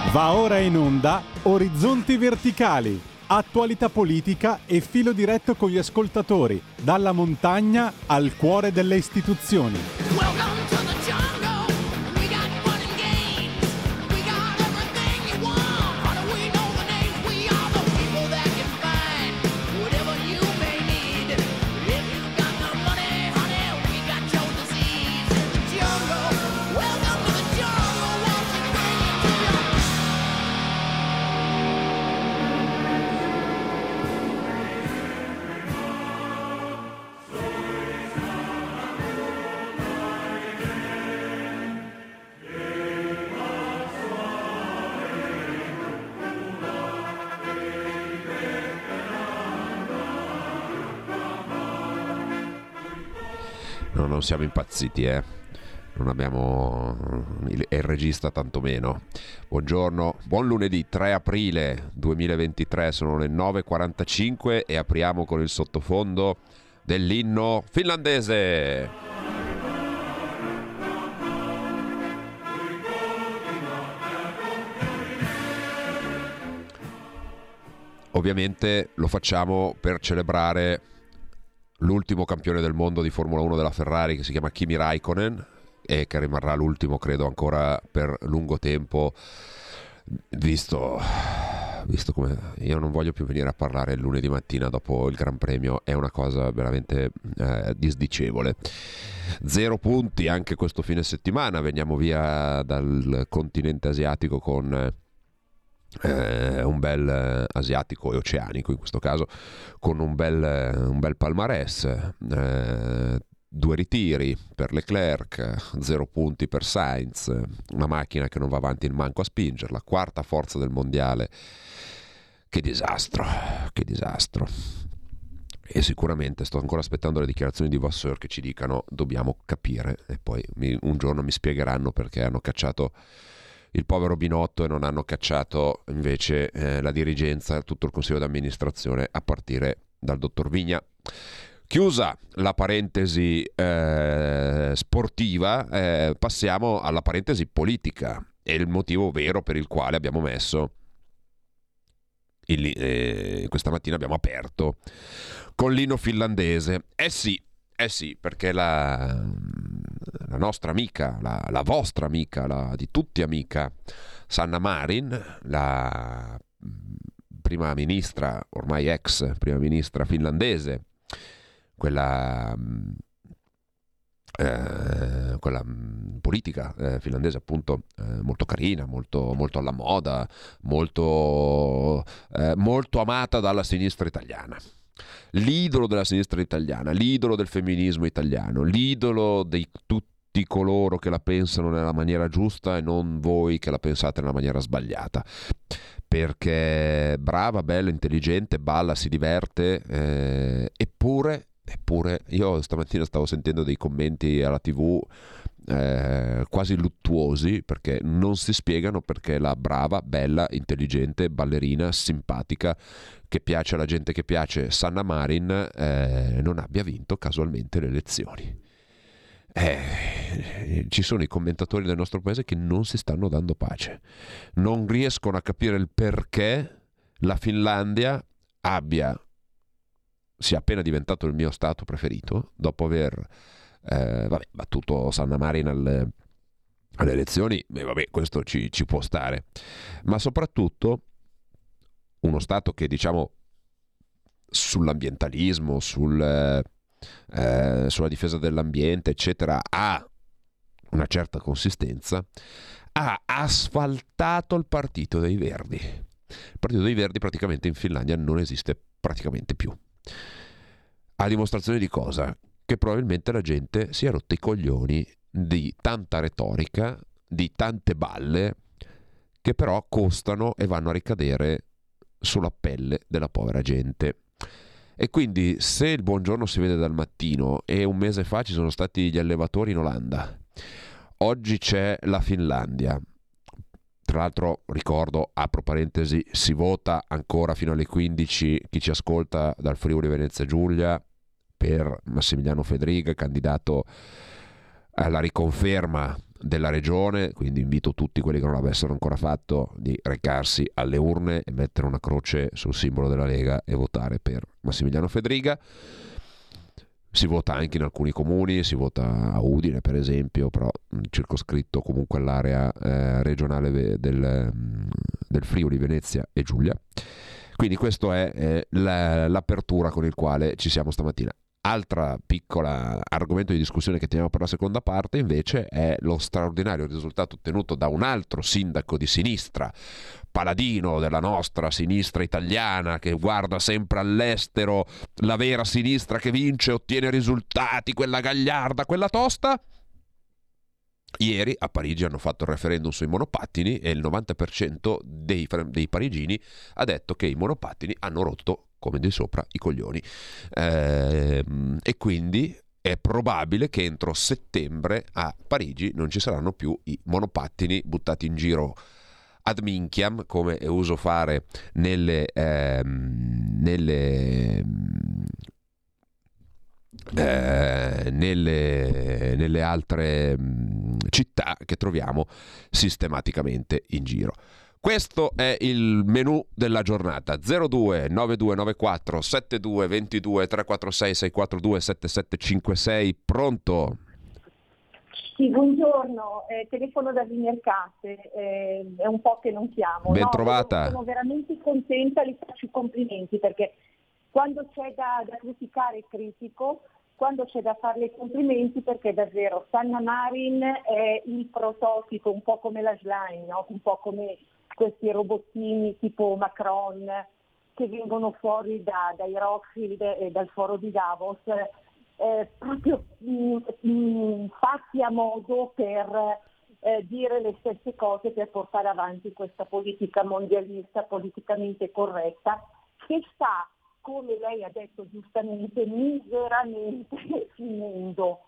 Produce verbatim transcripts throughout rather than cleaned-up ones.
Va ora in onda Orizzonti Verticali, attualità politica e filo diretto con gli ascoltatori, dalla montagna al cuore delle istituzioni. No, non siamo impazziti, eh. Non abbiamo il, il regista tantomeno. Buongiorno, buon lunedì tre aprile duemilaventitré, sono le nove e quarantacinque e apriamo con il sottofondo dell'inno finlandese. Ovviamente lo facciamo per celebrare l'ultimo campione del mondo di Formula uno della Ferrari, che si chiama Kimi Räikkönen e che rimarrà l'ultimo credo ancora per lungo tempo, visto, visto come io non voglio più venire a parlare il lunedì mattina dopo il Gran Premio, è una cosa veramente eh, disdicevole. Zero punti anche questo fine settimana, veniamo via dal continente asiatico con Eh, un bel eh, asiatico e oceanico in questo caso, con un bel, eh, un bel palmarès, eh, due ritiri per Leclerc, zero punti per Sainz, una macchina che non va avanti in manco a spingerla, quarta forza del mondiale. Che disastro, che disastro. E sicuramente sto ancora aspettando le dichiarazioni di Vasseur che ci dicano dobbiamo capire, e poi mi, un giorno mi spiegheranno perché hanno cacciato il povero Binotto e non hanno cacciato invece eh, la dirigenza, tutto il consiglio d'amministrazione a partire dal dottor Vigna. Chiusa la parentesi eh, sportiva, eh, passiamo alla parentesi politica e il motivo vero per il quale abbiamo messo il, eh, questa mattina abbiamo aperto con l'inno finlandese. Eh sì, eh sì, perché la, la nostra amica, la, la vostra amica, la di tutti amica, Sanna Marin, la prima ministra, ormai ex prima ministra finlandese, quella, eh, quella politica eh, finlandese appunto eh, molto carina, molto, molto alla moda, molto, eh, molto amata dalla sinistra italiana. L'idolo della sinistra italiana, l'idolo del femminismo italiano, l'idolo di tutti coloro che la pensano nella maniera giusta e non voi che la pensate nella maniera sbagliata, perché brava, bella, intelligente, balla, si diverte, eh, eppure, eppure io stamattina stavo sentendo dei commenti alla tivù Eh, quasi luttuosi, perché non si spiegano perché la brava, bella, intelligente, ballerina, simpatica, che piace alla gente che piace, Sanna Marin, eh, non abbia vinto casualmente le elezioni. Eh, ci sono i commentatori del nostro paese che non si stanno dando pace, non riescono a capire il perché la Finlandia abbia sia appena diventato il mio stato preferito dopo aver Eh, vabbè, battuto Sanna Marin alle, alle elezioni, e vabbè, questo ci, ci può stare, ma soprattutto uno Stato che, diciamo, sull'ambientalismo, sul, eh, sulla difesa dell'ambiente, eccetera, ha una certa consistenza, ha asfaltato il Partito dei Verdi. Il Partito dei Verdi praticamente in Finlandia non esiste praticamente più. A dimostrazione di cosa? Che probabilmente la gente si è rotta i coglioni di tanta retorica, di tante balle, che però costano e vanno a ricadere sulla pelle della povera gente. E quindi se il buongiorno si vede dal mattino e un mese fa ci sono stati gli allevatori in Olanda, oggi c'è la Finlandia. Tra l'altro ricordo, apro parentesi, si vota ancora fino alle quindici, chi ci ascolta dal Friuli Venezia Giulia, per Massimiliano Fedriga, candidato alla riconferma della regione, quindi invito tutti quelli che non l'avessero ancora fatto di recarsi alle urne e mettere una croce sul simbolo della Lega e votare per Massimiliano Fedriga. Si vota anche in alcuni comuni, si vota a Udine per esempio, però circoscritto comunque all'area eh, regionale del, del Friuli, Venezia e Giulia. Quindi questo è eh, la, l'apertura con il quale ci siamo stamattina. Altra piccola argomento di discussione che teniamo per la seconda parte invece è lo straordinario risultato ottenuto da un altro sindaco di sinistra, paladino della nostra sinistra italiana, che guarda sempre all'estero, la vera sinistra che vince, ottiene risultati, quella gagliarda, quella tosta. Ieri a Parigi hanno fatto il referendum sui monopattini e il novanta per cento dei, dei parigini ha detto che i monopattini hanno rotto, come di sopra, i coglioni. Eh, e quindi è probabile che entro settembre a Parigi non ci saranno più i monopattini buttati in giro ad minchiam, come è uso fare nelle... Ehm, nelle Eh, nelle, nelle altre mh, città che troviamo sistematicamente in giro. Questo è il menù della giornata. Zero due nove due nove quattro sette due due due tre quattro sei sei quattro due sette sette cinque sei. Pronto? Sì, buongiorno, eh, telefono da Vimercate, eh, è un po' che non chiamo. Ben no, trovata. Sono veramente contenta, li faccio i complimenti perché quando c'è da, da criticare critico, quando c'è da fare i complimenti, perché davvero Sanna Marin è il prototipo, un po' come la Schlein, no? Un po' come questi robottini tipo Macron che vengono fuori da, dai Rothschild e dal foro di Davos, eh, proprio mh, mh, fatti a modo per eh, dire le stesse cose, per portare avanti questa politica mondialista, politicamente corretta, che sta, come lei ha detto giustamente, miseramente finendo.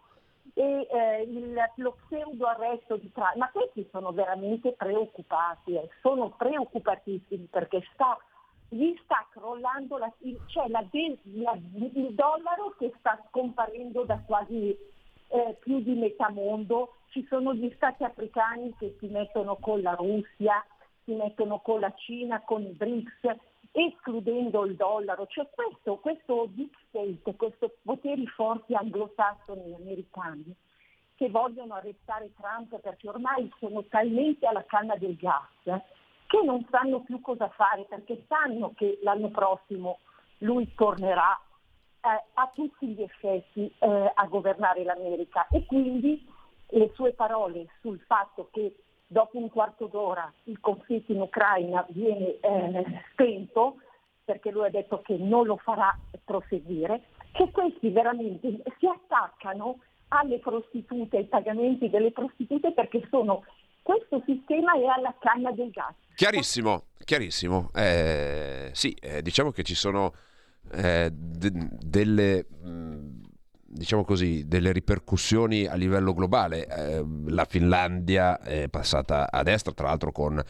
E eh, il, lo pseudo arresto di Trump, ma questi sono veramente preoccupati, eh, sono preoccupatissimi perché sta, gli sta crollando, la, il, cioè la, la, il dollaro che sta scomparendo da quasi eh, più di metà mondo, ci sono gli stati africani che si mettono con la Russia, si mettono con la Cina, con i BRICS, escludendo il dollaro, cioè questo, questo deep state, questi poteri forti anglosassoni americani che vogliono arrestare Trump perché ormai sono talmente alla canna del gas che non sanno più cosa fare, perché sanno che l'anno prossimo lui tornerà eh, a tutti gli effetti eh, a governare l'America, e quindi le sue parole sul fatto che dopo un quarto d'ora il conflitto in Ucraina viene eh, spento, perché lui ha detto che non lo farà proseguire, che questi veramente si attaccano alle prostitute, ai pagamenti delle prostitute, perché sono, questo sistema è alla canna del gas. Chiarissimo, chiarissimo. Eh, sì, eh, diciamo che ci sono eh, de- delle... Mh, diciamo così, delle ripercussioni a livello globale. Eh, la Finlandia è passata a destra, tra l'altro con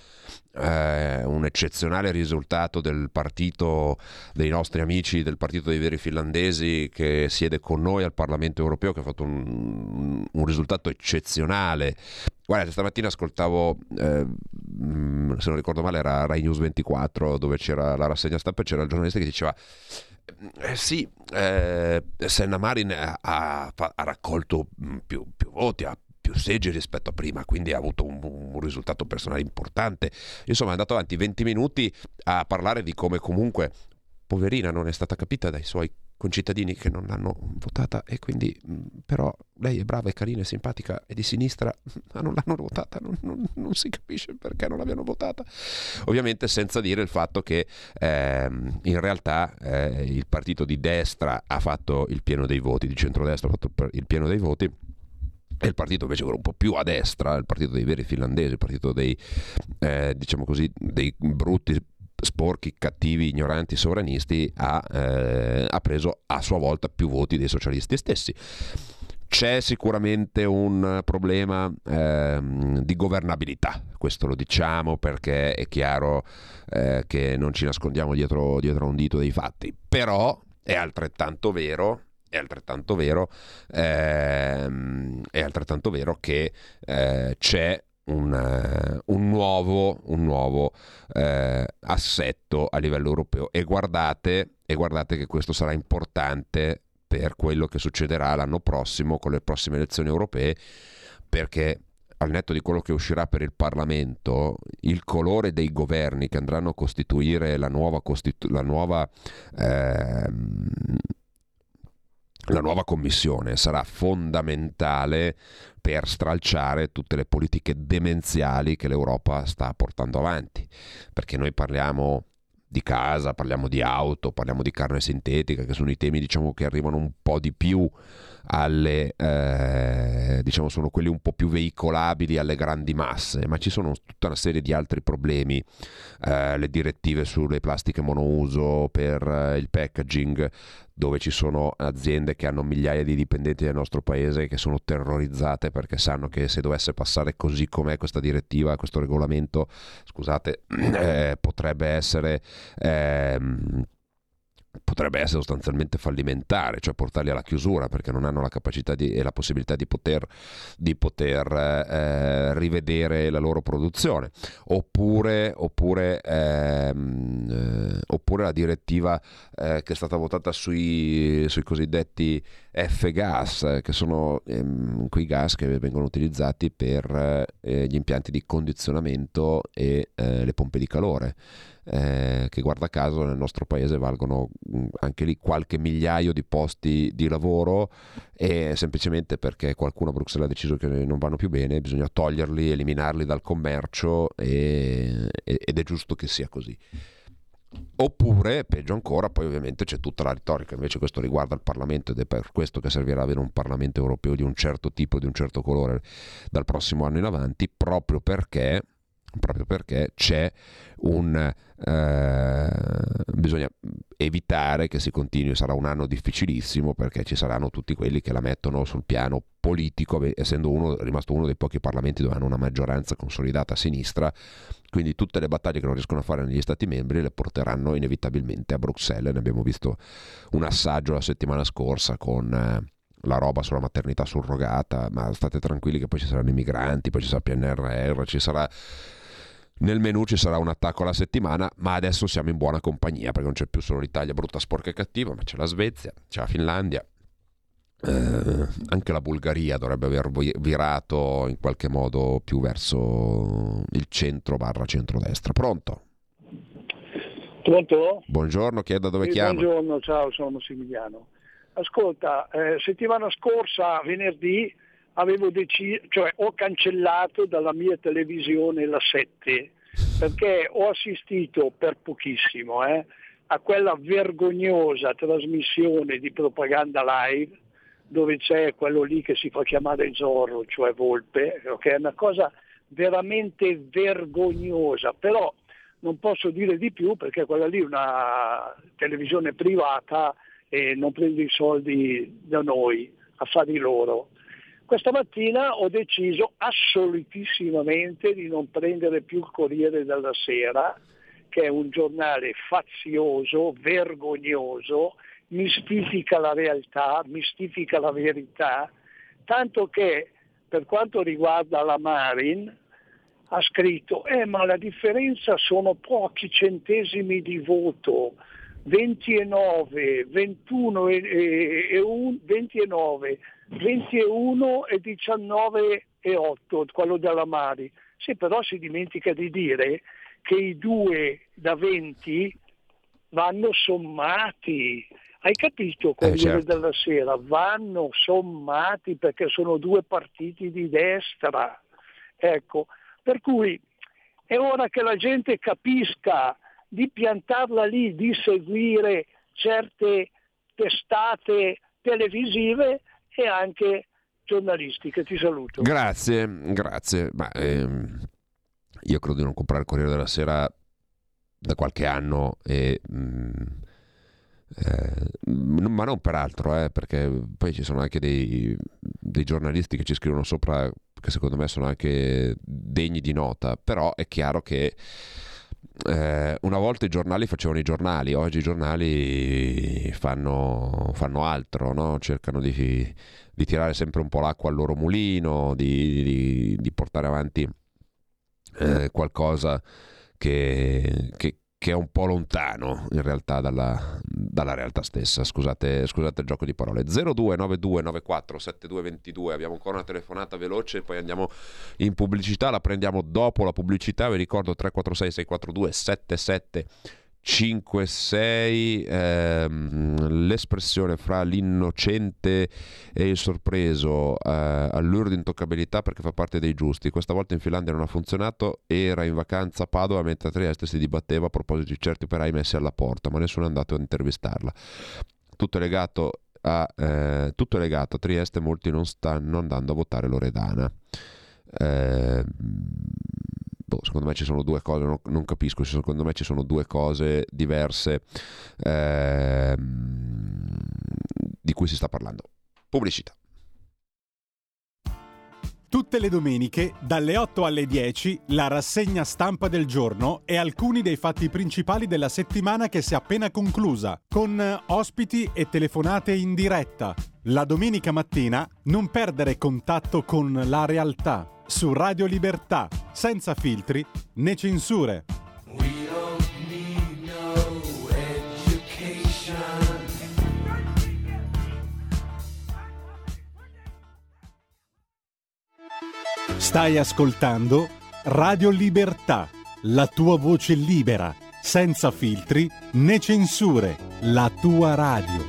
eh, un eccezionale risultato del partito dei nostri amici, del partito dei veri finlandesi, che siede con noi al Parlamento europeo, che ha fatto un, un risultato eccezionale. Guarda, stamattina ascoltavo, eh, se non ricordo male era Rai News ventiquattro, dove c'era la rassegna stampa e c'era il giornalista che diceva Eh, sì, eh, Sanna Marin ha, ha, ha raccolto più, più voti, ha più seggi rispetto a prima, quindi ha avuto un, un risultato personale importante. Insomma, è andato avanti venti minuti a parlare di come comunque, poverina, non è stata capita dai suoi concittadini che non l'hanno votata, e quindi però lei è brava, è carina, è simpatica, è di sinistra, ma non l'hanno votata, non, non, non si capisce perché non l'abbiano votata. Ovviamente senza dire il fatto che ehm, in realtà eh, il partito di destra ha fatto il pieno dei voti, di centrodestra ha fatto il pieno dei voti, e il partito invece un po' più a destra, il partito dei veri finlandesi, il partito dei eh, diciamo così, dei brutti, sporchi, cattivi, ignoranti sovranisti, ha, eh, ha preso a sua volta più voti dei socialisti stessi. C'è sicuramente un problema ehm, di governabilità, questo lo diciamo perché è chiaro eh, che non ci nascondiamo dietro, dietro a un dito dei fatti, però è altrettanto vero è altrettanto vero, ehm, è altrettanto vero che eh, c'è un, uh, un nuovo, un nuovo eh, assetto a livello europeo e guardate, e guardate che questo sarà importante per quello che succederà l'anno prossimo con le prossime elezioni europee, perché al netto di quello che uscirà per il Parlamento, il colore dei governi che andranno a costituire la nuova, costitu- la nuova ehm, la nuova commissione sarà fondamentale per stralciare tutte le politiche demenziali che l'Europa sta portando avanti, perché noi parliamo di casa, parliamo di auto, parliamo di carne sintetica, che sono i temi, diciamo, che arrivano un po' di più alle eh, diciamo sono quelli un po' più veicolabili alle grandi masse, ma ci sono tutta una serie di altri problemi, eh, le direttive sulle plastiche monouso per eh, il packaging, dove ci sono aziende che hanno migliaia di dipendenti del nostro paese che sono terrorizzate perché sanno che se dovesse passare così com'è questa direttiva, questo regolamento, scusate, eh, potrebbe essere ehm, potrebbe essere sostanzialmente fallimentare, cioè portarli alla chiusura, perché non hanno la capacità di, e la possibilità di poter, di poter eh, rivedere la loro produzione, oppure, oppure, ehm, eh, oppure la direttiva eh, che è stata votata sui, sui cosiddetti F-gas, che sono ehm, quei gas che vengono utilizzati per eh, gli impianti di condizionamento e eh, le pompe di calore. Eh, che guarda caso nel nostro paese valgono mh, anche lì qualche migliaio di posti di lavoro, e semplicemente perché qualcuno a Bruxelles ha deciso che non vanno più bene bisogna toglierli, eliminarli dal commercio, e, e, ed è giusto che sia così. Oppure, peggio ancora, poi ovviamente c'è tutta la retorica, invece questo riguarda il Parlamento ed è per questo che servirà avere un Parlamento europeo di un certo tipo, di un certo colore dal prossimo anno in avanti, proprio perché proprio perché c'è un eh, bisogna evitare che si continui, sarà un anno difficilissimo perché ci saranno tutti quelli che la mettono sul piano politico, essendo uno, rimasto uno dei pochi parlamenti dove hanno una maggioranza consolidata a sinistra, quindi tutte le battaglie che non riescono a fare negli stati membri le porteranno inevitabilmente a Bruxelles. Ne abbiamo visto un assaggio la settimana scorsa con eh, la roba sulla maternità surrogata, ma state tranquilli che poi ci saranno i migranti, poi ci sarà P N R R, ci sarà nel menù ci sarà un attacco alla settimana, ma adesso siamo in buona compagnia perché non c'è più solo l'Italia brutta, sporca e cattiva, ma c'è la Svezia, c'è la Finlandia, eh, anche la Bulgaria dovrebbe aver virato in qualche modo più verso il centro barra centrodestra. Pronto? Pronto? Buongiorno, chi è, da dove sì, chiama? Buongiorno, ciao, sono Massimiliano. Ascolta, eh, settimana scorsa, venerdì, avevo deciso, cioè ho cancellato dalla mia televisione la sette, perché ho assistito per pochissimo eh, a quella vergognosa trasmissione di propaganda live dove c'è quello lì che si fa chiamare Zorro, cioè Volpe, che è una cosa veramente vergognosa, però non posso dire di più perché quella lì è una televisione privata e non prende i soldi da noi, affari loro. Questa mattina ho deciso assolutissimamente di non prendere più il Corriere della Sera, che è un giornale fazioso, vergognoso, mistifica la realtà, mistifica la verità, tanto che per quanto riguarda la Marin ha scritto eh ma la differenza sono pochi centesimi di voto, ventinove, ventuno e, e, e un, ventinove, ventuno e diciannove e otto, quello della Mari. Sì, però si dimentica di dire che i due da venti vanno sommati. Hai capito, Corriere eh, certo. della Sera? Vanno sommati perché sono due partiti di destra. Ecco, per cui è ora che la gente capisca di piantarla lì, di seguire certe testate televisive e anche giornalistiche. Ti saluto. Grazie, grazie. Ma, ehm, io credo di non comprare il Corriere della Sera da qualche anno, e, mh, eh, ma non per altro, eh, perché poi ci sono anche dei, dei giornalisti che ci scrivono sopra che secondo me sono anche degni di nota, però è chiaro che eh, una volta i giornali facevano i giornali, oggi i giornali fanno, fanno altro, no? Cercano di, di tirare sempre un po' l'acqua al loro mulino, di, di, di portare avanti eh, qualcosa che, che, che è un po' lontano in realtà dalla, dalla realtà stessa. Scusate, scusate il gioco di parole. zero due nove due nove quattro sette due due due, abbiamo ancora una telefonata veloce, poi andiamo in pubblicità, la prendiamo dopo la pubblicità. Vi ricordo tre quattro sei sei quattro due sette sette cinque sei, ehm, l'espressione fra l'innocente e il sorpreso, eh, allure di intoccabilità perché fa parte dei giusti. Questa volta in Finlandia non ha funzionato, era in vacanza a Padova mentre a Trieste si dibatteva a proposito di certi operai messi alla porta, ma nessuno è andato a intervistarla. Tutto è legato a, eh, tutto è legato a Trieste, molti non stanno andando a votare Loredana. Eh, boh, secondo me ci sono due cose, non, non capisco, secondo me ci sono due cose diverse eh, di cui si sta parlando. Pubblicità. Tutte le domeniche, dalle otto alle dieci, la rassegna stampa del giorno e alcuni dei fatti principali della settimana che si è appena conclusa, con ospiti e telefonate in diretta. La domenica mattina non perdere contatto con la realtà, su Radio Libertà, senza filtri né censure. Stai ascoltando Radio Libertà, la tua voce libera, senza filtri né censure, la tua radio.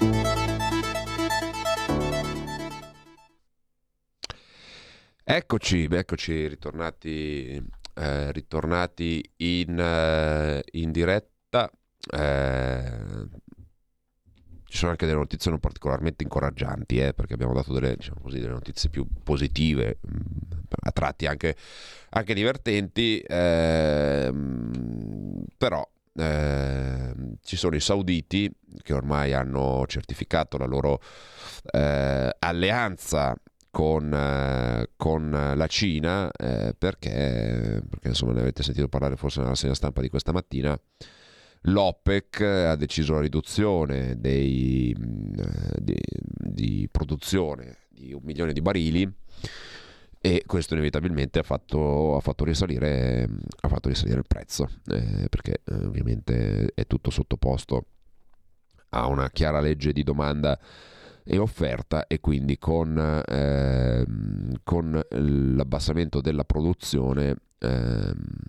Eccoci, eccoci ritornati, eh, ritornati in, eh, in diretta. Eh, ci sono anche delle notizie non particolarmente incoraggianti, eh, perché abbiamo dato delle, diciamo così, delle notizie più positive, mh, a tratti anche, anche divertenti, eh, però eh, ci sono i sauditi che ormai hanno certificato la loro eh, alleanza con, eh, con la Cina, eh, perché, perché insomma ne avete sentito parlare forse nella rassegna stampa di questa mattina. L'OPEC ha deciso la riduzione dei, di, di produzione di un milione di barili e questo inevitabilmente ha fatto, ha fatto, risalire, ha fatto risalire il prezzo, eh, perché eh, ovviamente è tutto sottoposto a una chiara legge di domanda e offerta, e quindi con, eh, con l'abbassamento della produzione eh,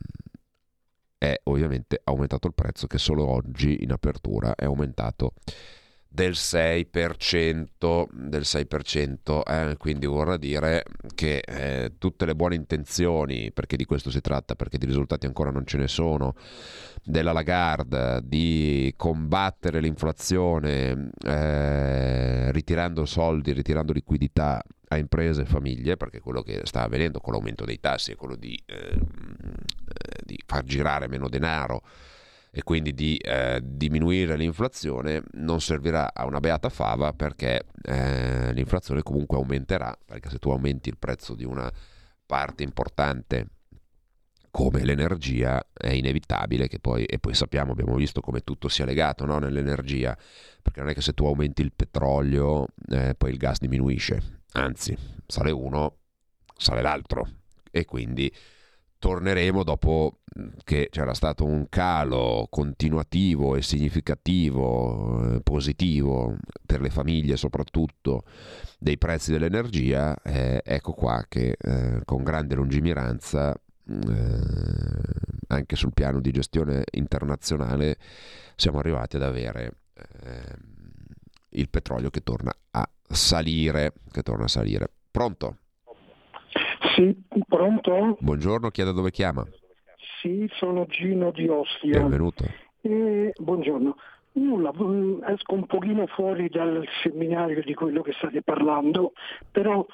è ovviamente aumentato il prezzo, che solo oggi in apertura è aumentato del sei per cento, del sei per cento, eh, quindi vorrà dire che eh, tutte le buone intenzioni, perché di questo si tratta, perché di risultati ancora non ce ne sono, della Lagarde di combattere l'inflazione eh, ritirando soldi, ritirando liquidità a imprese e famiglie, perché quello che sta avvenendo con l'aumento dei tassi è quello di, eh, di far girare meno denaro e quindi di eh, diminuire l'inflazione, non servirà a una beata fava, perché eh, l'inflazione comunque aumenterà, perché se tu aumenti il prezzo di una parte importante come l'energia è inevitabile che poi, e poi sappiamo, abbiamo visto come tutto sia legato, no, nell'energia, perché non è che se tu aumenti il petrolio eh, poi il gas diminuisce, anzi sale uno, sale l'altro, e quindi torneremo, dopo che c'era stato un calo continuativo e significativo, eh, positivo per le famiglie soprattutto, dei prezzi dell'energia, eh, ecco qua che eh, con grande lungimiranza eh, anche sul piano di gestione internazionale siamo arrivati ad avere eh, il petrolio che torna a salire, che torna a salire. Pronto? Sì, pronto? Buongiorno, chi è, da dove chiama? Sì, sono Gino di Ostia. Benvenuto. Eh, buongiorno. Nulla, esco un pochino fuori dal seminario di quello che state parlando, però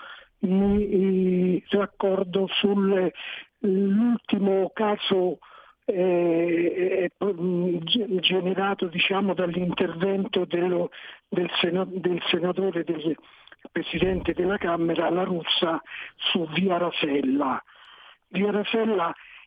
mi raccordo sull'ultimo caso eh, generato, diciamo, dall'intervento dello, del, sena, del senatore del Presidente della Camera, La Russa, su Via Rasella. Via Rasella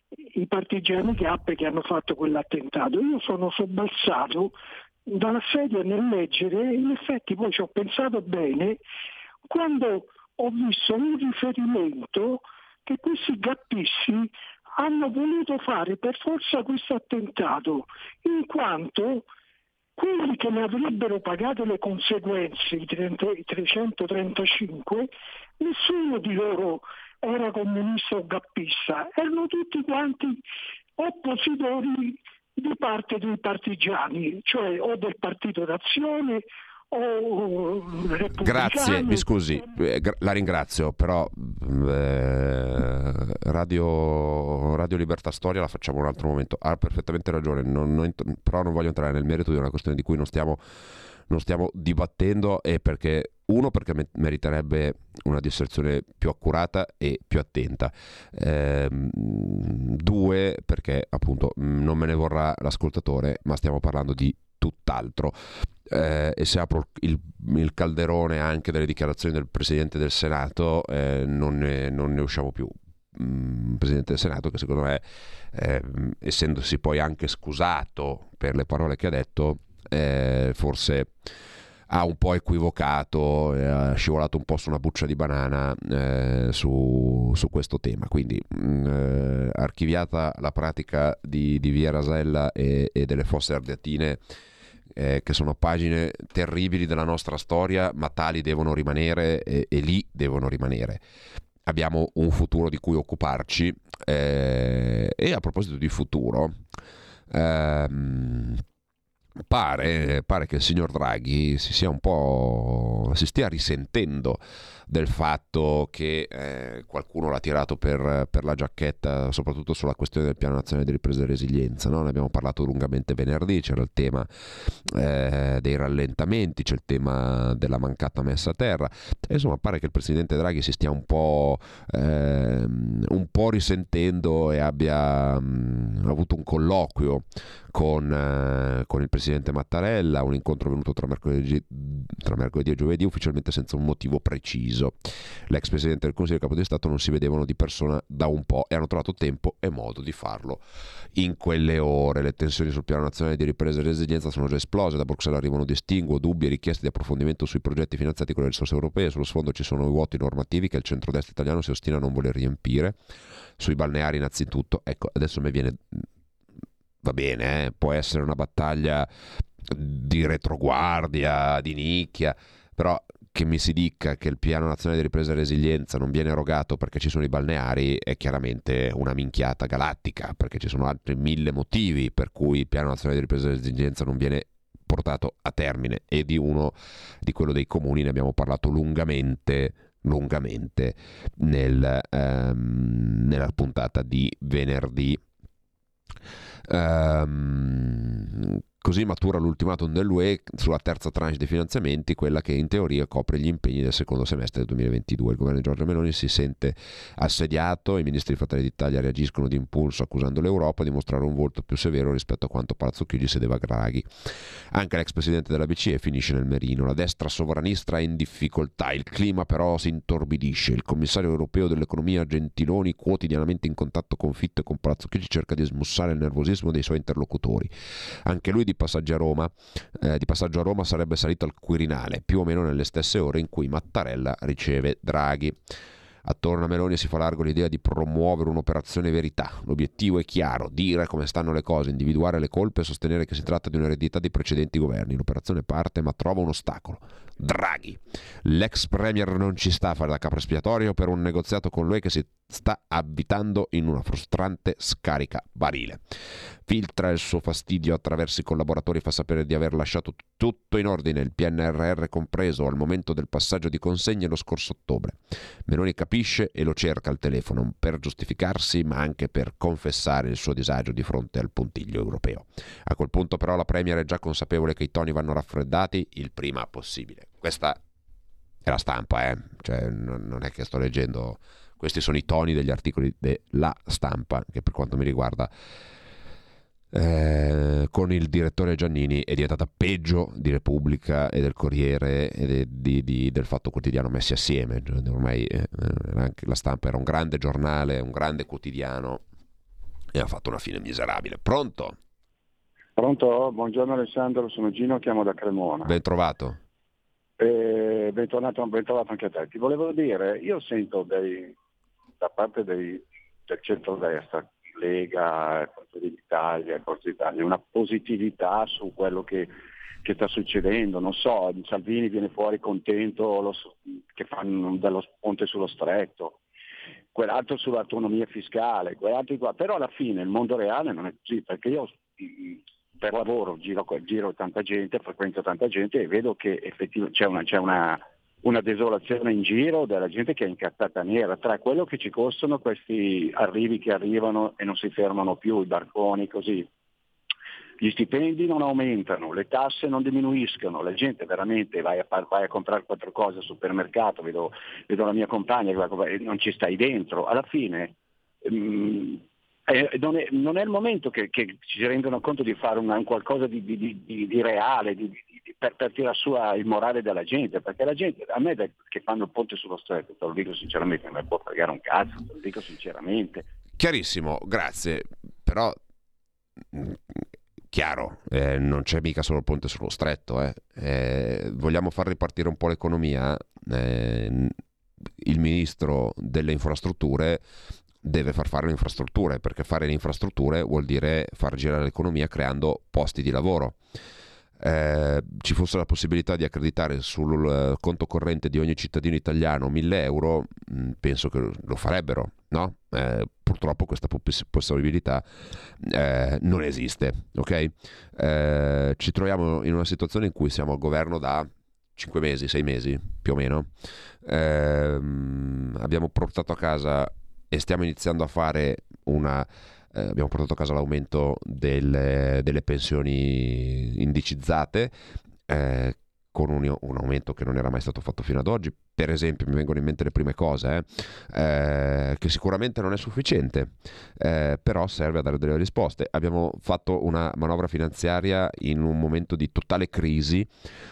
i partigiani Gap che hanno fatto quell'attentato. Io sono sobbalzato dalla sedia nel leggere, in effetti poi ci ho pensato bene, quando ho visto un riferimento che questi gappisti hanno voluto fare per forza questo attentato, in quanto quelli che ne avrebbero pagato le conseguenze, i trecentotrentacinque, nessuno di loro era comunista o gappista, erano tutti quanti oppositori di parte dei partigiani, cioè o del Partito d'Azione o repubblicani. Grazie, mi scusi, eh, gra- la ringrazio, però eh, Radio, Radio Libertà Storia la facciamo un altro momento. Ha perfettamente ragione, non, non, però non voglio entrare nel merito di una questione di cui non stiamo, non stiamo dibattendo, e perché uno perché me- meriterebbe una disserzione più accurata e più attenta, ehm, due perché appunto non me ne vorrà l'ascoltatore, ma stiamo parlando di tutt'altro. Eh, e se apro il, il calderone anche delle dichiarazioni del Presidente del Senato, eh, non, ne, non ne usciamo più. Mm, Presidente del Senato che secondo me, eh, essendosi poi anche scusato per le parole che ha detto, eh, forse ha un po' equivocato, eh, ha scivolato un po' su una buccia di banana eh, su, su questo tema. Quindi mh, eh, archiviata la pratica di, di Via Rasella e, e delle Fosse Ardeatine, Eh, che sono pagine terribili della nostra storia, ma tali devono rimanere, e, e lì devono rimanere. Abbiamo un futuro di cui occuparci, eh, e a proposito di futuro, ehm, pare, pare che il signor Draghi si sia un po' si stia risentendo del fatto che eh, qualcuno l'ha tirato per, per la giacchetta, soprattutto sulla questione del Piano Nazionale di Ripresa e Resilienza, no? Ne abbiamo parlato lungamente venerdì, c'era il tema eh, dei rallentamenti, c'è il tema della mancata messa a terra, e insomma pare che il presidente Draghi si stia un po', eh, un po' risentendo e abbia mh, avuto un colloquio con, eh, con il presidente Mattarella, un incontro venuto tra mercoledì, tra mercoledì e giovedì, ufficialmente senza un motivo preciso. L'ex presidente del Consiglio e il capo di Stato non si vedevano di persona da un po' e hanno trovato tempo e modo di farlo in quelle ore. Le tensioni sul Piano Nazionale di Ripresa e Resilienza sono già esplose, da Bruxelles arrivano distinguo, dubbi e richieste di approfondimento sui progetti finanziati con le risorse europee. Sullo sfondo ci sono i vuoti normativi che il centrodestra italiano si ostina a non voler riempire. Sui balneari innanzitutto, ecco, adesso mi viene, va bene, eh, può essere una battaglia di retroguardia, di nicchia, però che mi si dica che il Piano Nazionale di Ripresa e Resilienza non viene erogato perché ci sono i balneari è chiaramente una minchiata galattica, perché ci sono altri mille motivi per cui il Piano Nazionale di Ripresa e Resilienza non viene portato a termine, e di uno, di quello dei comuni, ne abbiamo parlato lungamente lungamente nel, ehm, nella puntata di venerdì. Um, così matura l'ultimatum dell'U E sulla terza tranche di finanziamenti, quella che in teoria copre gli impegni del secondo semestre del duemilaventidue. Il governo di Giorgia Meloni si sente assediato, i ministri di Fratelli d'Italia reagiscono d'impulso accusando l'Europa di mostrare un volto più severo rispetto a quanto Palazzo Chigi sedeva Draghi. Anche l'ex presidente della B C E finisce nel merino, la destra sovranista è in difficoltà, il clima però si intorbidisce, il commissario europeo dell'economia Gentiloni, quotidianamente in contatto con Fitto e con Palazzo Chigi, cerca di smussare il nervosismo dei suoi interlocutori. Anche lui di passaggio a Roma, eh, di passaggio a Roma sarebbe salito al Quirinale, più o meno nelle stesse ore in cui Mattarella riceve Draghi. Attorno a Meloni si fa largo l'idea di promuovere un'operazione verità. L'obiettivo è chiaro: dire come stanno le cose, individuare le colpe e sostenere che si tratta di un'eredità di precedenti governi. L'operazione parte ma trova un ostacolo: Draghi. L'ex premier non ci sta a fare da capro espiatorio per un negoziato con l'U E che si sta avvitando in una frustrante scarica barile. Filtra il suo fastidio attraverso i collaboratori, fa sapere di aver lasciato tutto in ordine, il P N R R compreso, al momento del passaggio di consegne lo scorso ottobre. Meloni capisce e lo cerca al telefono per giustificarsi, ma anche per confessare il suo disagio di fronte al puntiglio europeo. A quel punto però la premier è già consapevole che i toni vanno raffreddati il prima possibile. Questa è la Stampa, eh? Cioè, non è che sto leggendo, questi sono i toni degli articoli della Stampa, che per quanto mi riguarda Eh, con il direttore Giannini è diventata peggio di Repubblica e del Corriere e de, di, di, del Fatto Quotidiano messi assieme. Ormai eh, anche la Stampa era un grande giornale, un grande quotidiano, e ha fatto una fine miserabile. Pronto? Pronto? Buongiorno Alessandro, sono Gino, chiamo da Cremona. Ben trovato. Eh, bentornato, ben trovato anche a te. Ti volevo dire, io sento dei, da parte dei, del centrodestra, Lega, Forza d'Italia, Forza d'Italia, una positività su quello che, che sta succedendo. Non so, Salvini viene fuori contento lo, che fanno dello ponte sullo stretto, quell'altro sull'autonomia fiscale, quell'altro qua. Però alla fine il mondo reale non è così, perché io per lavoro giro, giro tanta gente, frequento tanta gente e vedo che effettivamente c'è una, c'è una, una desolazione in giro della gente che è incazzata nera tra quello che ci costano questi arrivi che arrivano e non si fermano più, i barconi così. Gli stipendi non aumentano, le tasse non diminuiscono, la gente veramente vai a, vai a comprare quattro cose al supermercato, vedo, vedo la mia compagna che non ci stai dentro, alla fine mh, eh, non, è, non è il momento che, che ci rendano conto di fare una, un qualcosa di, di, di, di reale, di, di, per, per tirare su il morale della gente, perché la gente, a me che fanno il ponte sullo stretto, te lo dico sinceramente, non mi può fregare un cazzo, te lo dico sinceramente. Chiarissimo, grazie, però... Chiaro, eh, non c'è mica solo il ponte sullo stretto, eh. Eh, vogliamo far ripartire un po' l'economia, eh, il ministro delle infrastrutture deve far fare le infrastrutture, perché fare le infrastrutture vuol dire far girare l'economia creando posti di lavoro. Eh, ci fosse la possibilità di accreditare sul conto corrente di ogni cittadino italiano mille euro, mh, penso che lo farebbero, no? Eh, purtroppo questa possibilità eh, non esiste, ok? Eh, ci troviamo in una situazione in cui siamo al governo da cinque mesi, sei mesi più o meno. Eh, abbiamo portato a casa e stiamo iniziando a fare una Eh, abbiamo portato a casa l'aumento del, delle pensioni indicizzate, eh, con un, un aumento che non era mai stato fatto fino ad oggi. Per esempio, mi vengono in mente le prime cose, eh, eh, che sicuramente non è sufficiente, eh, però serve a dare delle risposte. Abbiamo fatto una manovra finanziaria in un momento di totale crisi,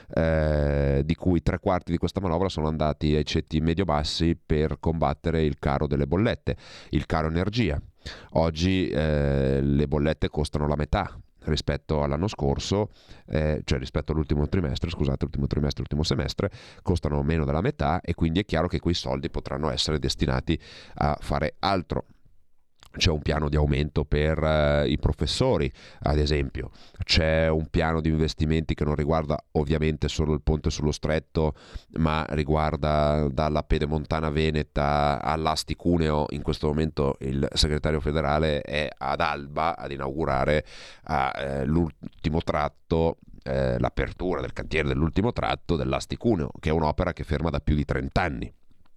eh, di cui tre quarti di questa manovra sono andati ai ceti medio-bassi per combattere il caro delle bollette, il caro energia. Oggi eh, le bollette costano la metà rispetto all'anno scorso, eh, cioè rispetto all'ultimo trimestre, scusate, l'ultimo trimestre, l'ultimo semestre, costano meno della metà, e quindi è chiaro che quei soldi potranno essere destinati a fare altro. C'è un piano di aumento per uh, i professori, ad esempio. C'è un piano di investimenti che non riguarda ovviamente solo il ponte sullo stretto, ma riguarda dalla Pedemontana Veneta all'Asti-Cuneo. In questo momento il segretario federale è ad Alba ad inaugurare uh, eh, l'ultimo tratto, eh, l'apertura del cantiere dell'ultimo tratto dell'Asti-Cuneo, che è un'opera che ferma da più di trenta anni.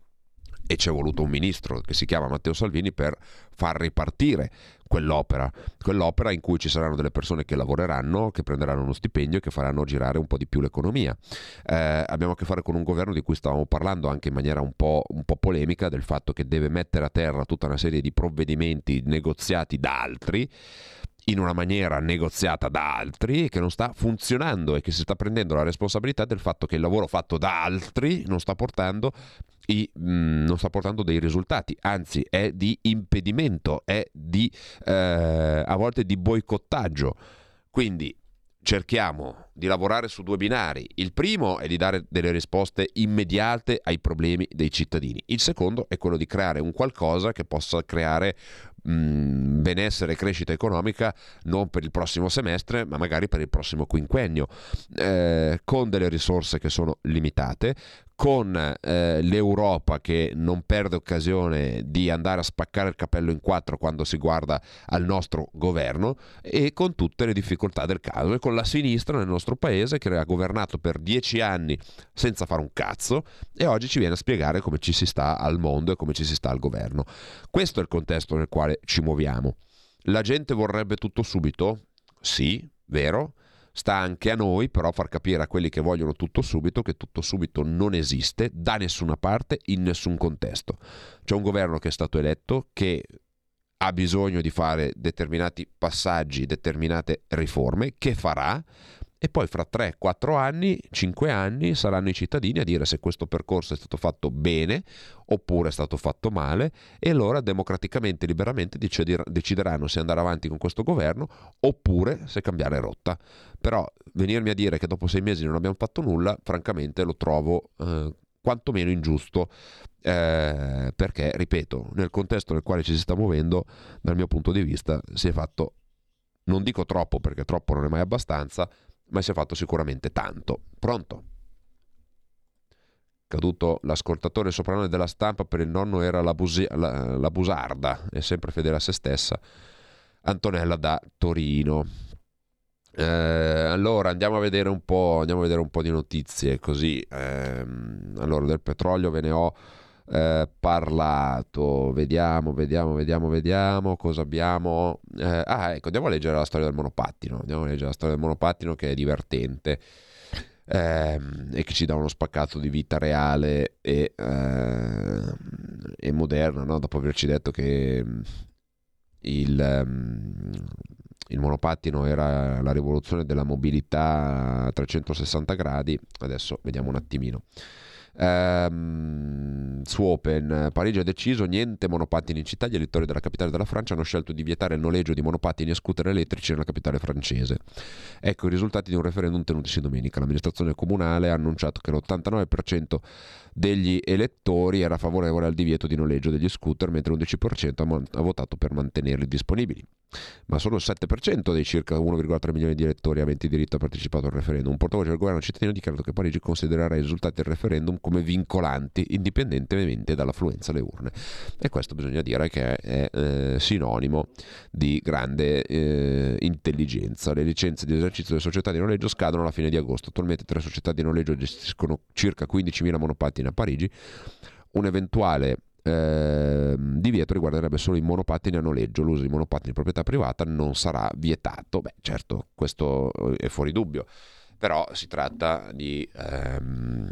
E c'è voluto un ministro che si chiama Matteo Salvini per far ripartire quell'opera, quell'opera in cui ci saranno delle persone che lavoreranno, che prenderanno uno stipendio e che faranno girare un po' di più l'economia. Eh, abbiamo a che fare con un governo di cui stavamo parlando anche in maniera un po', un po' polemica, del fatto che deve mettere a terra tutta una serie di provvedimenti negoziati da altri, in una maniera negoziata da altri, che non sta funzionando e che si sta prendendo la responsabilità del fatto che il lavoro fatto da altri non sta portando I, mh, non sta portando dei risultati, anzi è di impedimento, è di eh, a volte di boicottaggio. Quindi cerchiamo di lavorare su due binari. Il primo è di dare delle risposte immediate ai problemi dei cittadini. Il secondo è quello di creare un qualcosa che possa creare mh, benessere e crescita economica non per il prossimo semestre, ma magari per il prossimo quinquennio, eh, con delle risorse che sono limitate, con eh, l'Europa che non perde occasione di andare a spaccare il capello in quattro quando si guarda al nostro governo, e con tutte le difficoltà del caso, e con la sinistra nel nostro paese che ha governato per dieci anni senza fare un cazzo, e oggi ci viene a spiegare come ci si sta al mondo e come ci si sta al governo. Questo è il contesto nel quale ci muoviamo. La gente vorrebbe tutto subito? Sì, vero. Sta anche a noi però far capire a quelli che vogliono tutto subito che tutto subito non esiste da nessuna parte, in nessun contesto. C'è un governo che è stato eletto, che ha bisogno di fare determinati passaggi, determinate riforme, che farà, e poi fra tre quattro anni, cinque anni saranno i cittadini a dire se questo percorso è stato fatto bene oppure è stato fatto male, e allora democraticamente, liberamente decideranno se andare avanti con questo governo oppure se cambiare rotta. Però venirmi a dire che dopo sei mesi non abbiamo fatto nulla, francamente lo trovo eh, quantomeno ingiusto, eh, perché, ripeto, nel contesto nel quale ci si sta muovendo, dal mio punto di vista si è fatto, non dico troppo perché troppo non è mai abbastanza, ma si è fatto sicuramente tanto. Pronto? Caduto l'ascoltatore soprannome della Stampa, per il nonno era la, busi- la, la busarda, è sempre fedele a se stessa. Antonella da Torino. Eh, allora andiamo a vedere un po', andiamo a vedere un po' di notizie così. Eh, allora, del petrolio ve ne ho eh, parlato. Vediamo, vediamo, vediamo, vediamo cosa abbiamo. Eh, ah, ecco, andiamo a leggere la storia del monopattino. Andiamo a leggere la storia del monopattino, che è divertente eh, e che ci dà uno spaccato di vita reale e, eh, e moderna, no? Dopo averci detto che il um, il monopattino era la rivoluzione della mobilità a trecentosessanta gradi, adesso vediamo un attimino. Ehm, su Open, Parigi ha deciso niente monopattini in città, gli elettori della capitale della Francia hanno scelto di vietare il noleggio di monopattini e scooter elettrici nella capitale francese. Ecco i risultati di un referendum tenutisi domenica. L'amministrazione comunale ha annunciato che l'ottantanove per cento degli elettori era favorevole al divieto di noleggio degli scooter, mentre l'undici per cento ha, man- ha votato per mantenerli disponibili. Ma solo il sette per cento dei circa uno virgola tre milioni di elettori aventi diritto a partecipato al referendum. Un portavoce del governo cittadino ha dichiarato che Parigi considererà i risultati del referendum come vincolanti, indipendentemente dall'affluenza alle urne. E questo bisogna dire che è eh, sinonimo di grande eh, intelligenza. Le licenze di esercizio delle società di noleggio scadono alla fine di agosto. Attualmente tre società di noleggio gestiscono circa quindicimila monopattini a Parigi. Un eventuale Eh, divieto riguarderebbe solo i monopattini a noleggio. L'uso di monopattini di proprietà privata non sarà vietato. Beh, certo, questo è fuori dubbio, però si tratta di, ehm,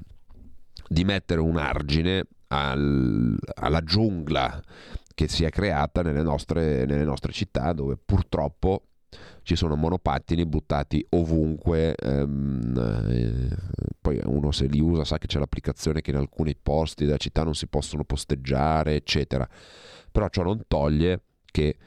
di mettere un argine al, alla giungla che si è creata nelle nostre, nelle nostre città, dove purtroppo ci sono monopattini buttati ovunque, ehm, eh, poi uno se li usa sa che c'è l'applicazione che in alcuni posti della città non si possono posteggiare, eccetera, però ciò non toglie che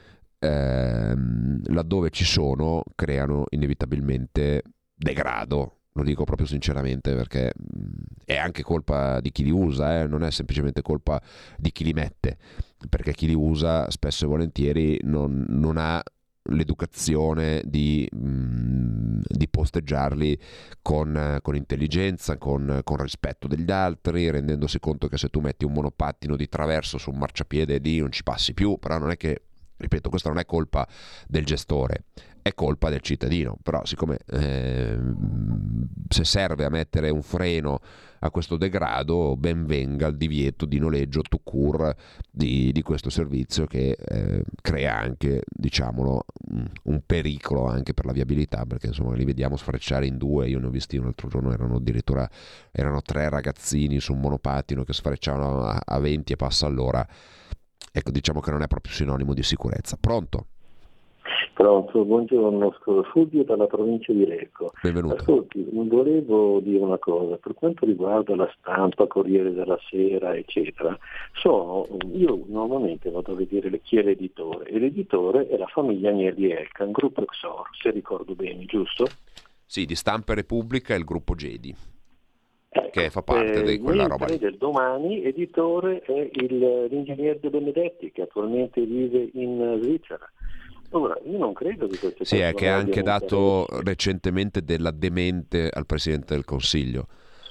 ehm, laddove ci sono creano inevitabilmente degrado. Lo dico proprio sinceramente, perché è anche colpa di chi li usa, eh? Non è semplicemente colpa di chi li mette, perché chi li usa spesso e volentieri non, non ha l'educazione di, mh, di posteggiarli con, con intelligenza, con, con rispetto degli altri, rendendosi conto che se tu metti un monopattino di traverso su un marciapiede lì non ci passi più. Però non è che, ripeto, questa non è colpa del gestore, è colpa del cittadino. Però siccome eh, se serve a mettere un freno a questo degrado, ben venga il divieto di noleggio tout court di, di questo servizio, che eh, crea anche, diciamolo, un pericolo anche per la viabilità, perché insomma li vediamo sfrecciare in due. Io ne ho visti un altro giorno, erano addirittura erano tre ragazzini su un monopattino che sfrecciavano a, a venti e passa all'ora. Ecco, diciamo che non è proprio sinonimo di sicurezza. Pronto? Pronto, buongiorno, Fulvio dalla provincia di Lecco. Benvenuto. Ascolti, volevo dire una cosa, per quanto riguarda la Stampa, Corriere della Sera, eccetera, sono, io normalmente vado a vedere chi è l'editore, e l'editore è la famiglia Agnelli Elkann, gruppo Exor, se ricordo bene, giusto? Sì, di Stampa Repubblica è il gruppo Gedi, ecco, che fa parte eh, di quella roba lì. Del Domani, editore è il, l'ingegnere De Benedetti, che attualmente vive in Svizzera. Ora, io non credo che queste sì, è che ha anche dato interesse. recentemente della demente al Presidente del Consiglio.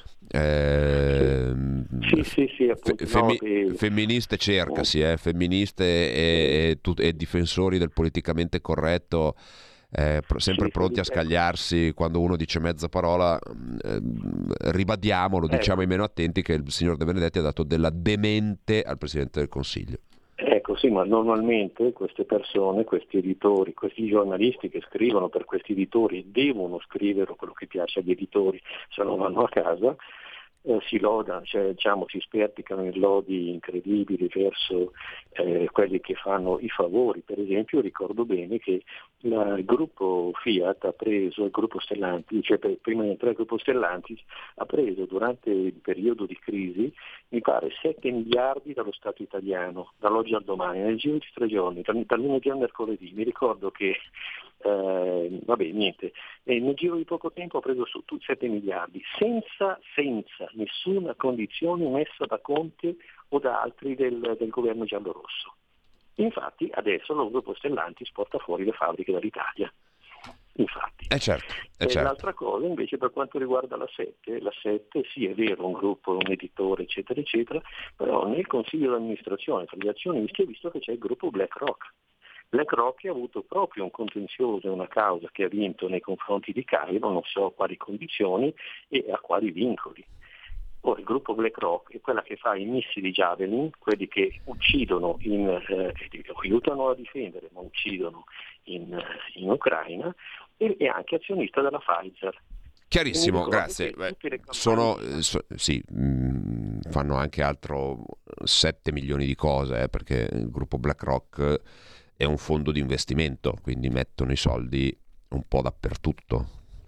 Eh, sì, sì, sì, appunto, femi- no, che... femministe cercasi, eh, femministe e, e, tut- e difensori del politicamente corretto, eh, pro- sempre sì, pronti sì, a scagliarsi ecco. Quando uno dice mezza parola. Eh, ribadiamo, lo diciamo ecco. ai meno attenti, che il signor De Benedetti ha dato della demente al Presidente del Consiglio. Ecco, sì, ma normalmente queste persone, questi editori, questi giornalisti che scrivono per questi editori devono scrivere quello che piace agli editori, se no vanno a casa. eh, si loda, cioè, diciamo, si sperticano in lodi incredibili verso eh, quelli che fanno i favori. Per esempio ricordo bene che la, il gruppo Fiat ha preso, il gruppo Stellantis, cioè per, prima di entrare il gruppo Stellantis, ha preso durante il periodo di crisi, mi pare, sette miliardi dallo Stato italiano, dall'oggi al domani, nel giro di tre giorni, dal, dal lunedì al mercoledì. Mi ricordo che Eh, vabbè, niente, e nel giro di poco tempo ha preso su tutti sette miliardi senza, senza nessuna condizione messa da Conte o da altri del, del governo giallorosso. Infatti adesso lo gruppo Stellantis porta fuori le fabbriche dall'Italia. Infatti. Eh certo, eh e certo. L'altra cosa invece per quanto riguarda la sette, la sette sì è vero, un gruppo, un editore eccetera eccetera, però nel consiglio di amministrazione tra gli azionisti ho visto che c'è il gruppo BlackRock. BlackRock ha avuto proprio un contenzioso, una causa che ha vinto nei confronti di Cairo, non so a quali condizioni e a quali vincoli. Ora il gruppo BlackRock è quella che fa i missili Javelin, quelli che uccidono, in, eh, aiutano a difendere ma uccidono in, in Ucraina, e è anche azionista della Pfizer. Chiarissimo, grazie. Beh, sono, so, sì, mh, fanno anche altro sette milioni di cose, eh, perché il gruppo BlackRock è un fondo di investimento, quindi mettono i soldi un po' dappertutto.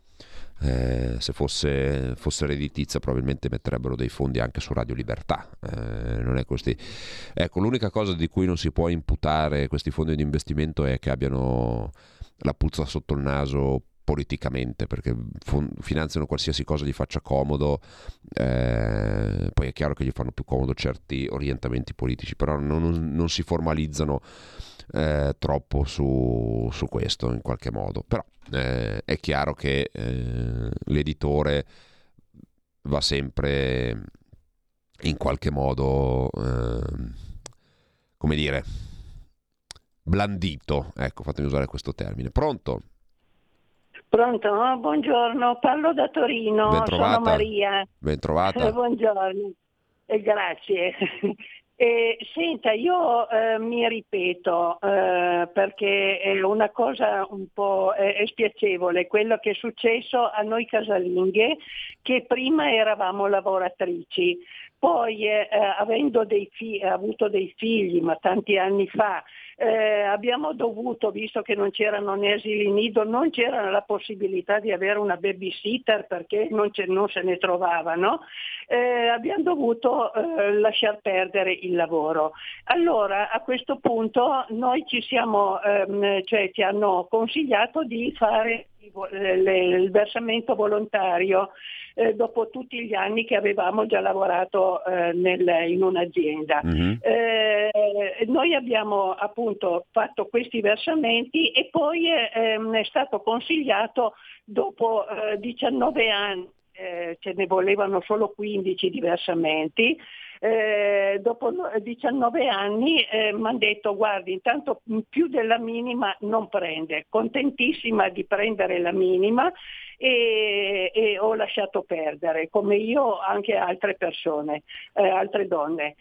Eh, se fosse, fosse redditizia probabilmente metterebbero dei fondi anche su Radio Libertà. Eh, non è così. Ecco, l'unica cosa di cui non si può imputare questi fondi di investimento è che abbiano la puzza sotto il naso politicamente, perché finanziano qualsiasi cosa gli faccia comodo. Eh, poi è chiaro che gli fanno più comodo certi orientamenti politici, però non, non si formalizzano eh, troppo su, su questo in qualche modo. Però eh, è chiaro che eh, l'editore va sempre in qualche modo eh, come dire blandito, ecco, fatemi usare questo termine. Pronto? Pronto? Buongiorno, parlo da Torino, Bentrovata. Sono Maria. Bentrovata. Buongiorno, e grazie. E, senta, io eh, mi ripeto eh, perché è una cosa un po' è, è spiacevole quello che è successo a noi casalinghe, che prima eravamo lavoratrici, poi eh, avendo dei fi- avuto dei figli, ma tanti anni fa, eh, abbiamo dovuto, visto che non c'erano né asili nido, non c'era la possibilità di avere una babysitter perché non, non se ne trovavano, eh, abbiamo dovuto eh, lasciar perdere il lavoro. Allora a questo punto noi ci siamo, ehm, cioè ci hanno consigliato di fare il versamento volontario eh, dopo tutti gli anni che avevamo già lavorato eh, nel, in un'azienda. Mm-hmm. Eh, noi abbiamo appunto fatto questi versamenti e poi eh, è stato consigliato dopo eh, diciannove anni, eh, ce ne volevano solo quindici di versamenti. Eh, dopo diciannove anni eh, mi hanno detto guardi, intanto più della minima non prende, contentissima di prendere la minima e, e ho lasciato perdere, come io anche altre persone, eh, altre donne.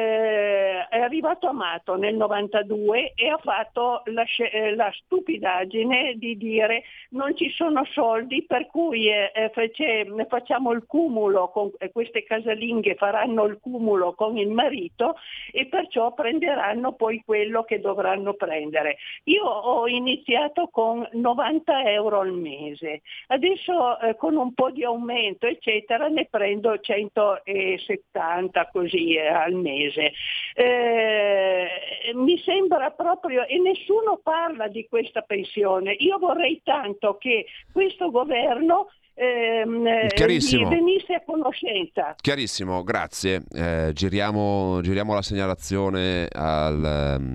Eh, è arrivato Amato nel novantadue e ha fatto la, la stupidaggine di dire non ci sono soldi, per cui eh, fece, facciamo il cumulo, con eh, queste casalinghe faranno il cumulo con il marito e perciò prenderanno poi quello che dovranno prendere. Io ho iniziato con novanta euro al mese, adesso eh, con un po' di aumento eccetera ne prendo centosettanta così eh, al mese. Eh, mi sembra proprio, e nessuno parla di questa pensione. Io vorrei tanto che questo governo Ehm, Chiarissimo. venisse a conoscenza. Chiarissimo, grazie. Eh, giriamo, giriamo la segnalazione al, um,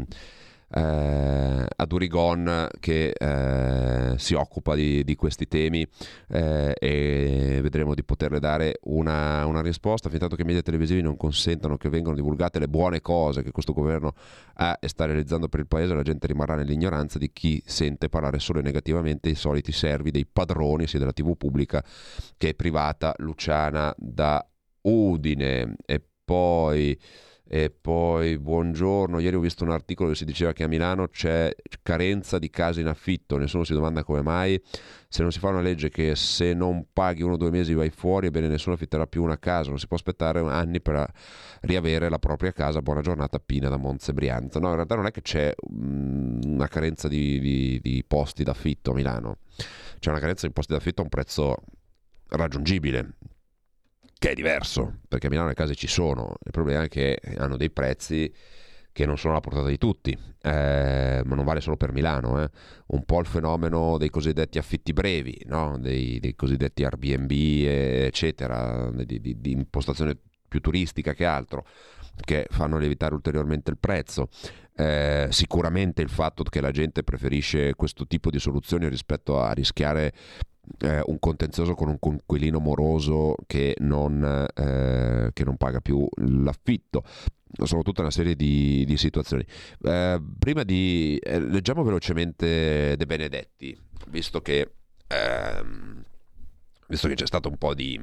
eh, ad Urigon che eh, si occupa di, di questi temi eh, e vedremo di poterle dare una, una risposta, fin tanto che i media televisivi non consentano che vengano divulgate le buone cose che questo governo ha e sta realizzando per il paese. La gente rimarrà nell'ignoranza di chi sente parlare solo negativamente i soliti servi dei padroni sia della tivù pubblica che privata. Luciana da Udine. E poi E poi buongiorno, ieri ho visto un articolo che si diceva che a Milano c'è carenza di case in affitto, nessuno si domanda come mai, se non si fa una legge che se non paghi uno o due mesi vai fuori, ebbene nessuno affitterà più una casa, non si può aspettare anni per riavere la propria casa. Buona giornata, Pina da Monza e Brianza. No, in realtà non è che c'è mh, una carenza di, di, di posti d'affitto a Milano, c'è una carenza di posti d'affitto a un prezzo raggiungibile, che è diverso, perché a Milano le case ci sono, il problema è che hanno dei prezzi che non sono alla portata di tutti, eh, ma non vale solo per Milano, eh. Un po' il fenomeno dei cosiddetti affitti brevi, no? dei, dei cosiddetti Airbnb, eccetera, di, di, di impostazione più turistica che altro, che fanno lievitare ulteriormente il prezzo. Eh, sicuramente il fatto che la gente preferisce questo tipo di soluzioni rispetto a rischiare Eh, un contenzioso con un coinquilino moroso che non, eh, che non paga più l'affitto. Sono tutta una serie di, di situazioni. Eh, prima di eh, leggiamo velocemente De Benedetti, visto che ehm, visto che c'è stato un po' di,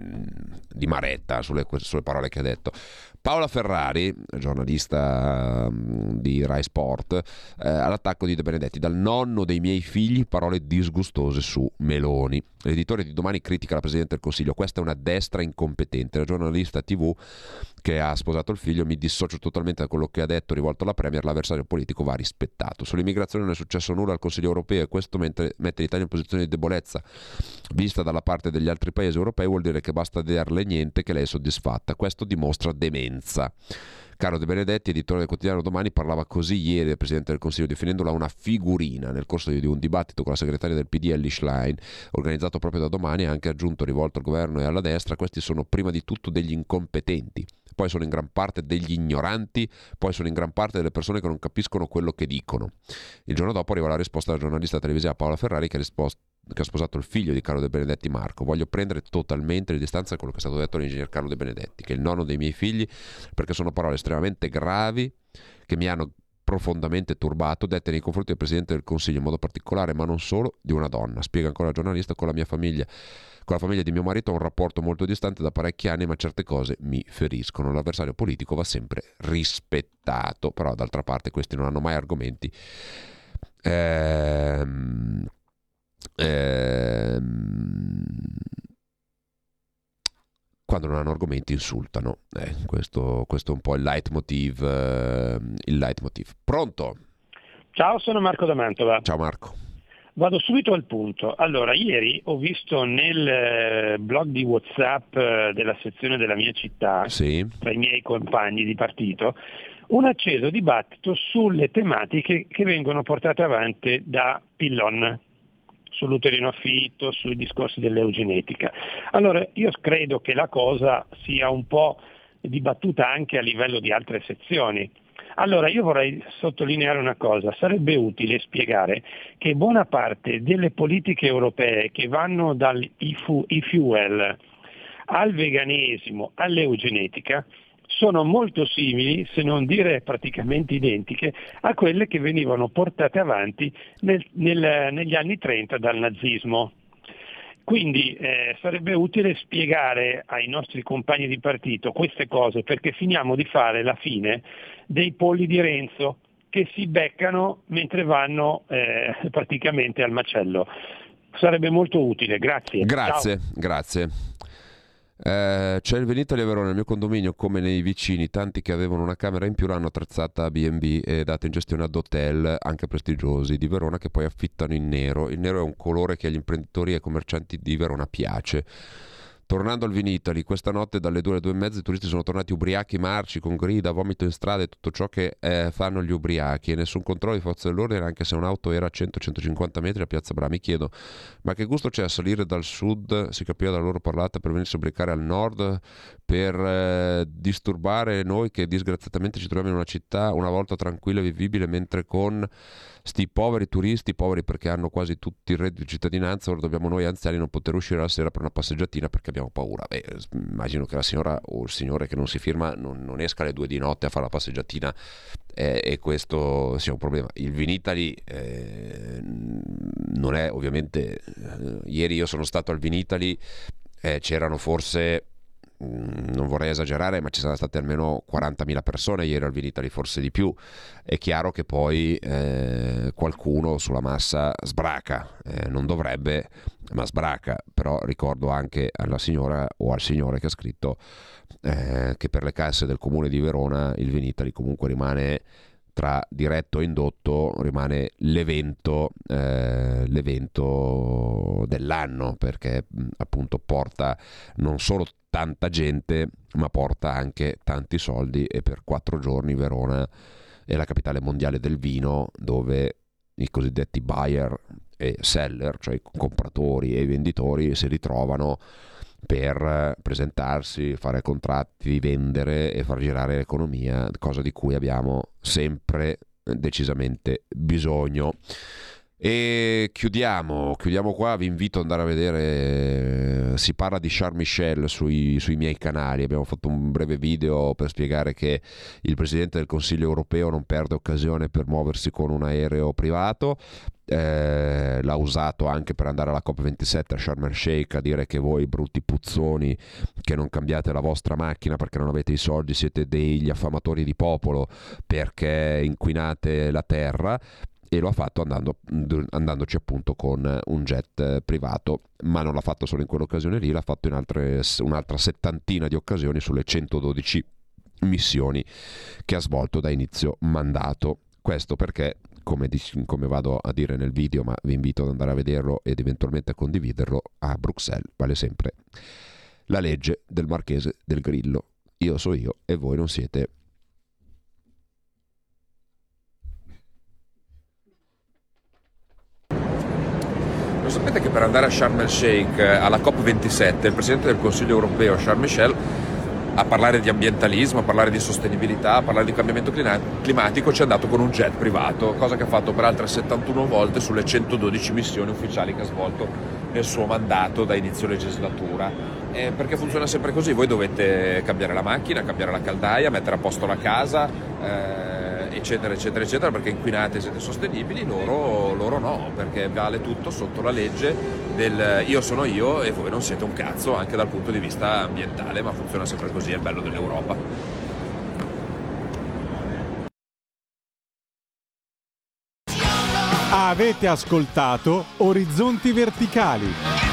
di maretta sulle, sulle parole che ha detto. Paola Ferrari, giornalista di Rai Sport, eh, all'attacco di De Benedetti: dal nonno dei miei figli parole disgustose su Meloni. L'editore di Domani critica la Presidente del Consiglio: questa è una destra incompetente. La giornalista tivù che ha sposato il figlio: mi dissocio totalmente da quello che ha detto rivolto alla Premier, l'avversario politico va rispettato. Sull'immigrazione non è successo nulla al Consiglio europeo e questo mette l'Italia in posizione di debolezza vista dalla parte degli altri paesi europei, vuol dire che basta darle niente che lei è soddisfatta. Questo dimostra demenza. Caro De Benedetti, editore del quotidiano Domani, parlava così ieri del Presidente del Consiglio, definendola una figurina. Nel corso di un dibattito con la segretaria del P D Elly Schlein, organizzato proprio da Domani, ha anche aggiunto, rivolto al governo e alla destra: questi sono prima di tutto degli incompetenti, poi sono in gran parte degli ignoranti, poi sono in gran parte delle persone che non capiscono quello che dicono. Il giorno dopo arriva la risposta della giornalista televisiva Paola Ferrari, che ha risposto che ha sposato il figlio di Carlo De Benedetti, Marco. Voglio prendere totalmente le distanze da quello che è stato detto all'ingegner Carlo De Benedetti, che è il nonno dei miei figli, perché sono parole estremamente gravi che mi hanno profondamente turbato, dette nei confronti del Presidente del Consiglio in modo particolare, ma non solo, di una donna. Spiega ancora la giornalista: con la mia famiglia, con la famiglia di mio marito ho un rapporto molto distante da parecchi anni, ma certe cose mi feriscono. L'avversario politico va sempre rispettato, però d'altra parte questi non hanno mai argomenti. Ehm... Ehm, quando non hanno argomenti insultano. Eh, questo, questo è un po' il leitmotiv, eh, il leitmotiv. Pronto? Ciao, sono Marco da Mantova. Ciao Marco. Vado subito al punto. Allora, ieri ho visto nel blog di WhatsApp della sezione della mia città, sì, tra i miei compagni di partito, un acceso dibattito sulle tematiche che vengono portate avanti da Pillon, sull'uterino affitto, sui discorsi dell'eugenetica. Allora, io credo che la cosa sia un po' dibattuta anche a livello di altre sezioni. Allora, io vorrei sottolineare una cosa: sarebbe utile spiegare che buona parte delle politiche europee che vanno dal e-fuel al veganesimo all'eugenetica sono molto simili, se non dire praticamente identiche, a quelle che venivano portate avanti nel, nel, negli anni trenta dal nazismo. Quindi eh, sarebbe utile spiegare ai nostri compagni di partito queste cose, perché finiamo di fare la fine dei polli di Renzo che si beccano mentre vanno eh, praticamente al macello. Sarebbe molto utile, grazie. Grazie, Ciao. grazie. Eh, c'è il Venitaly a Verona, nel mio condominio, come nei vicini, tanti che avevano una camera in più l'hanno attrezzata a B and B e data in gestione ad hotel anche prestigiosi di Verona, che poi affittano in nero. Il nero è un colore che agli imprenditori e ai commercianti di Verona piace. Tornando al Vinitaly, questa notte dalle due alle due e mezza i turisti sono tornati ubriachi, marci, con grida, vomito in strada e tutto ciò che eh, fanno gli ubriachi, e nessun controllo di forza dell'ordine, anche se un'auto era a cento centocinquanta metri a Piazza Bra. Mi chiedo, ma che gusto c'è a salire dal sud, si capiva dalla loro parlata, per venirsi a ubriacare al nord, per eh, disturbare noi che disgraziatamente ci troviamo in una città una volta tranquilla e vivibile, mentre con sti poveri turisti, poveri perché hanno quasi tutti il reddito di cittadinanza, ora dobbiamo noi anziani non poter uscire la sera per una passeggiatina perché abbiamo paura. Beh, immagino che la signora o il signore che non si firma non, non esca alle due di notte a fare la passeggiatina, eh, e questo sia un problema. Il Vinitaly eh, non è ovviamente eh, ieri io sono stato al Vinitaly, eh, c'erano forse non vorrei esagerare, ma ci saranno state almeno quarantamila persone ieri al Vinitaly, forse di più. È chiaro che poi eh, qualcuno sulla massa sbraca, eh, non dovrebbe, ma sbraca. Però ricordo anche alla signora o al signore che ha scritto eh, che per le casse del comune di Verona il Vinitaly comunque rimane, tra diretto e indotto, rimane l'evento, eh, l'evento dell'anno, perché appunto porta non solo tanta gente, ma porta anche tanti soldi, e per quattro giorni Verona è la capitale mondiale del vino, dove i cosiddetti buyer e seller, cioè i compratori e i venditori, si ritrovano per presentarsi, fare contratti, vendere e far girare l'economia, cosa di cui abbiamo sempre decisamente bisogno. E chiudiamo, chiudiamo qua, vi invito ad andare a vedere, si parla di Charles Michel sui, sui miei canali, abbiamo fatto un breve video per spiegare che il Presidente del Consiglio europeo non perde occasione per muoversi con un aereo privato. Eh, l'ha usato anche per andare alla COP ventisette a Sharm el Sheikh a dire che voi brutti puzzoni che non cambiate la vostra macchina perché non avete i soldi siete degli affamatori di popolo perché inquinate la terra, e lo ha fatto andando, andandoci appunto con un jet privato. Ma non l'ha fatto solo in quell'occasione lì, l'ha fatto in altre, un'altra settantina di occasioni sulle centododici missioni che ha svolto da inizio mandato. Questo perché, come, come vado a dire nel video, ma vi invito ad andare a vederlo ed eventualmente a condividerlo, a Bruxelles vale sempre la legge del Marchese del Grillo: io so io e voi non siete. Lo sapete che per andare a Sharm el Sheikh alla COP ventisette il Presidente del Consiglio europeo Charles Michel, a parlare di ambientalismo, a parlare di sostenibilità, a parlare di cambiamento climatico, ci è andato con un jet privato, cosa che ha fatto per altre settantuno volte sulle centododici missioni ufficiali che ha svolto nel suo mandato da inizio legislatura. Eh, perché funziona sempre così: voi dovete cambiare la macchina, cambiare la caldaia, mettere a posto la casa, eh, eccetera eccetera eccetera, perché inquinate e siete sostenibili. Loro, loro no, perché vale tutto sotto la legge del io sono io e voi non siete un cazzo, anche dal punto di vista ambientale. Ma funziona sempre così, è il bello dell'Europa. Avete ascoltato Orizzonti Verticali.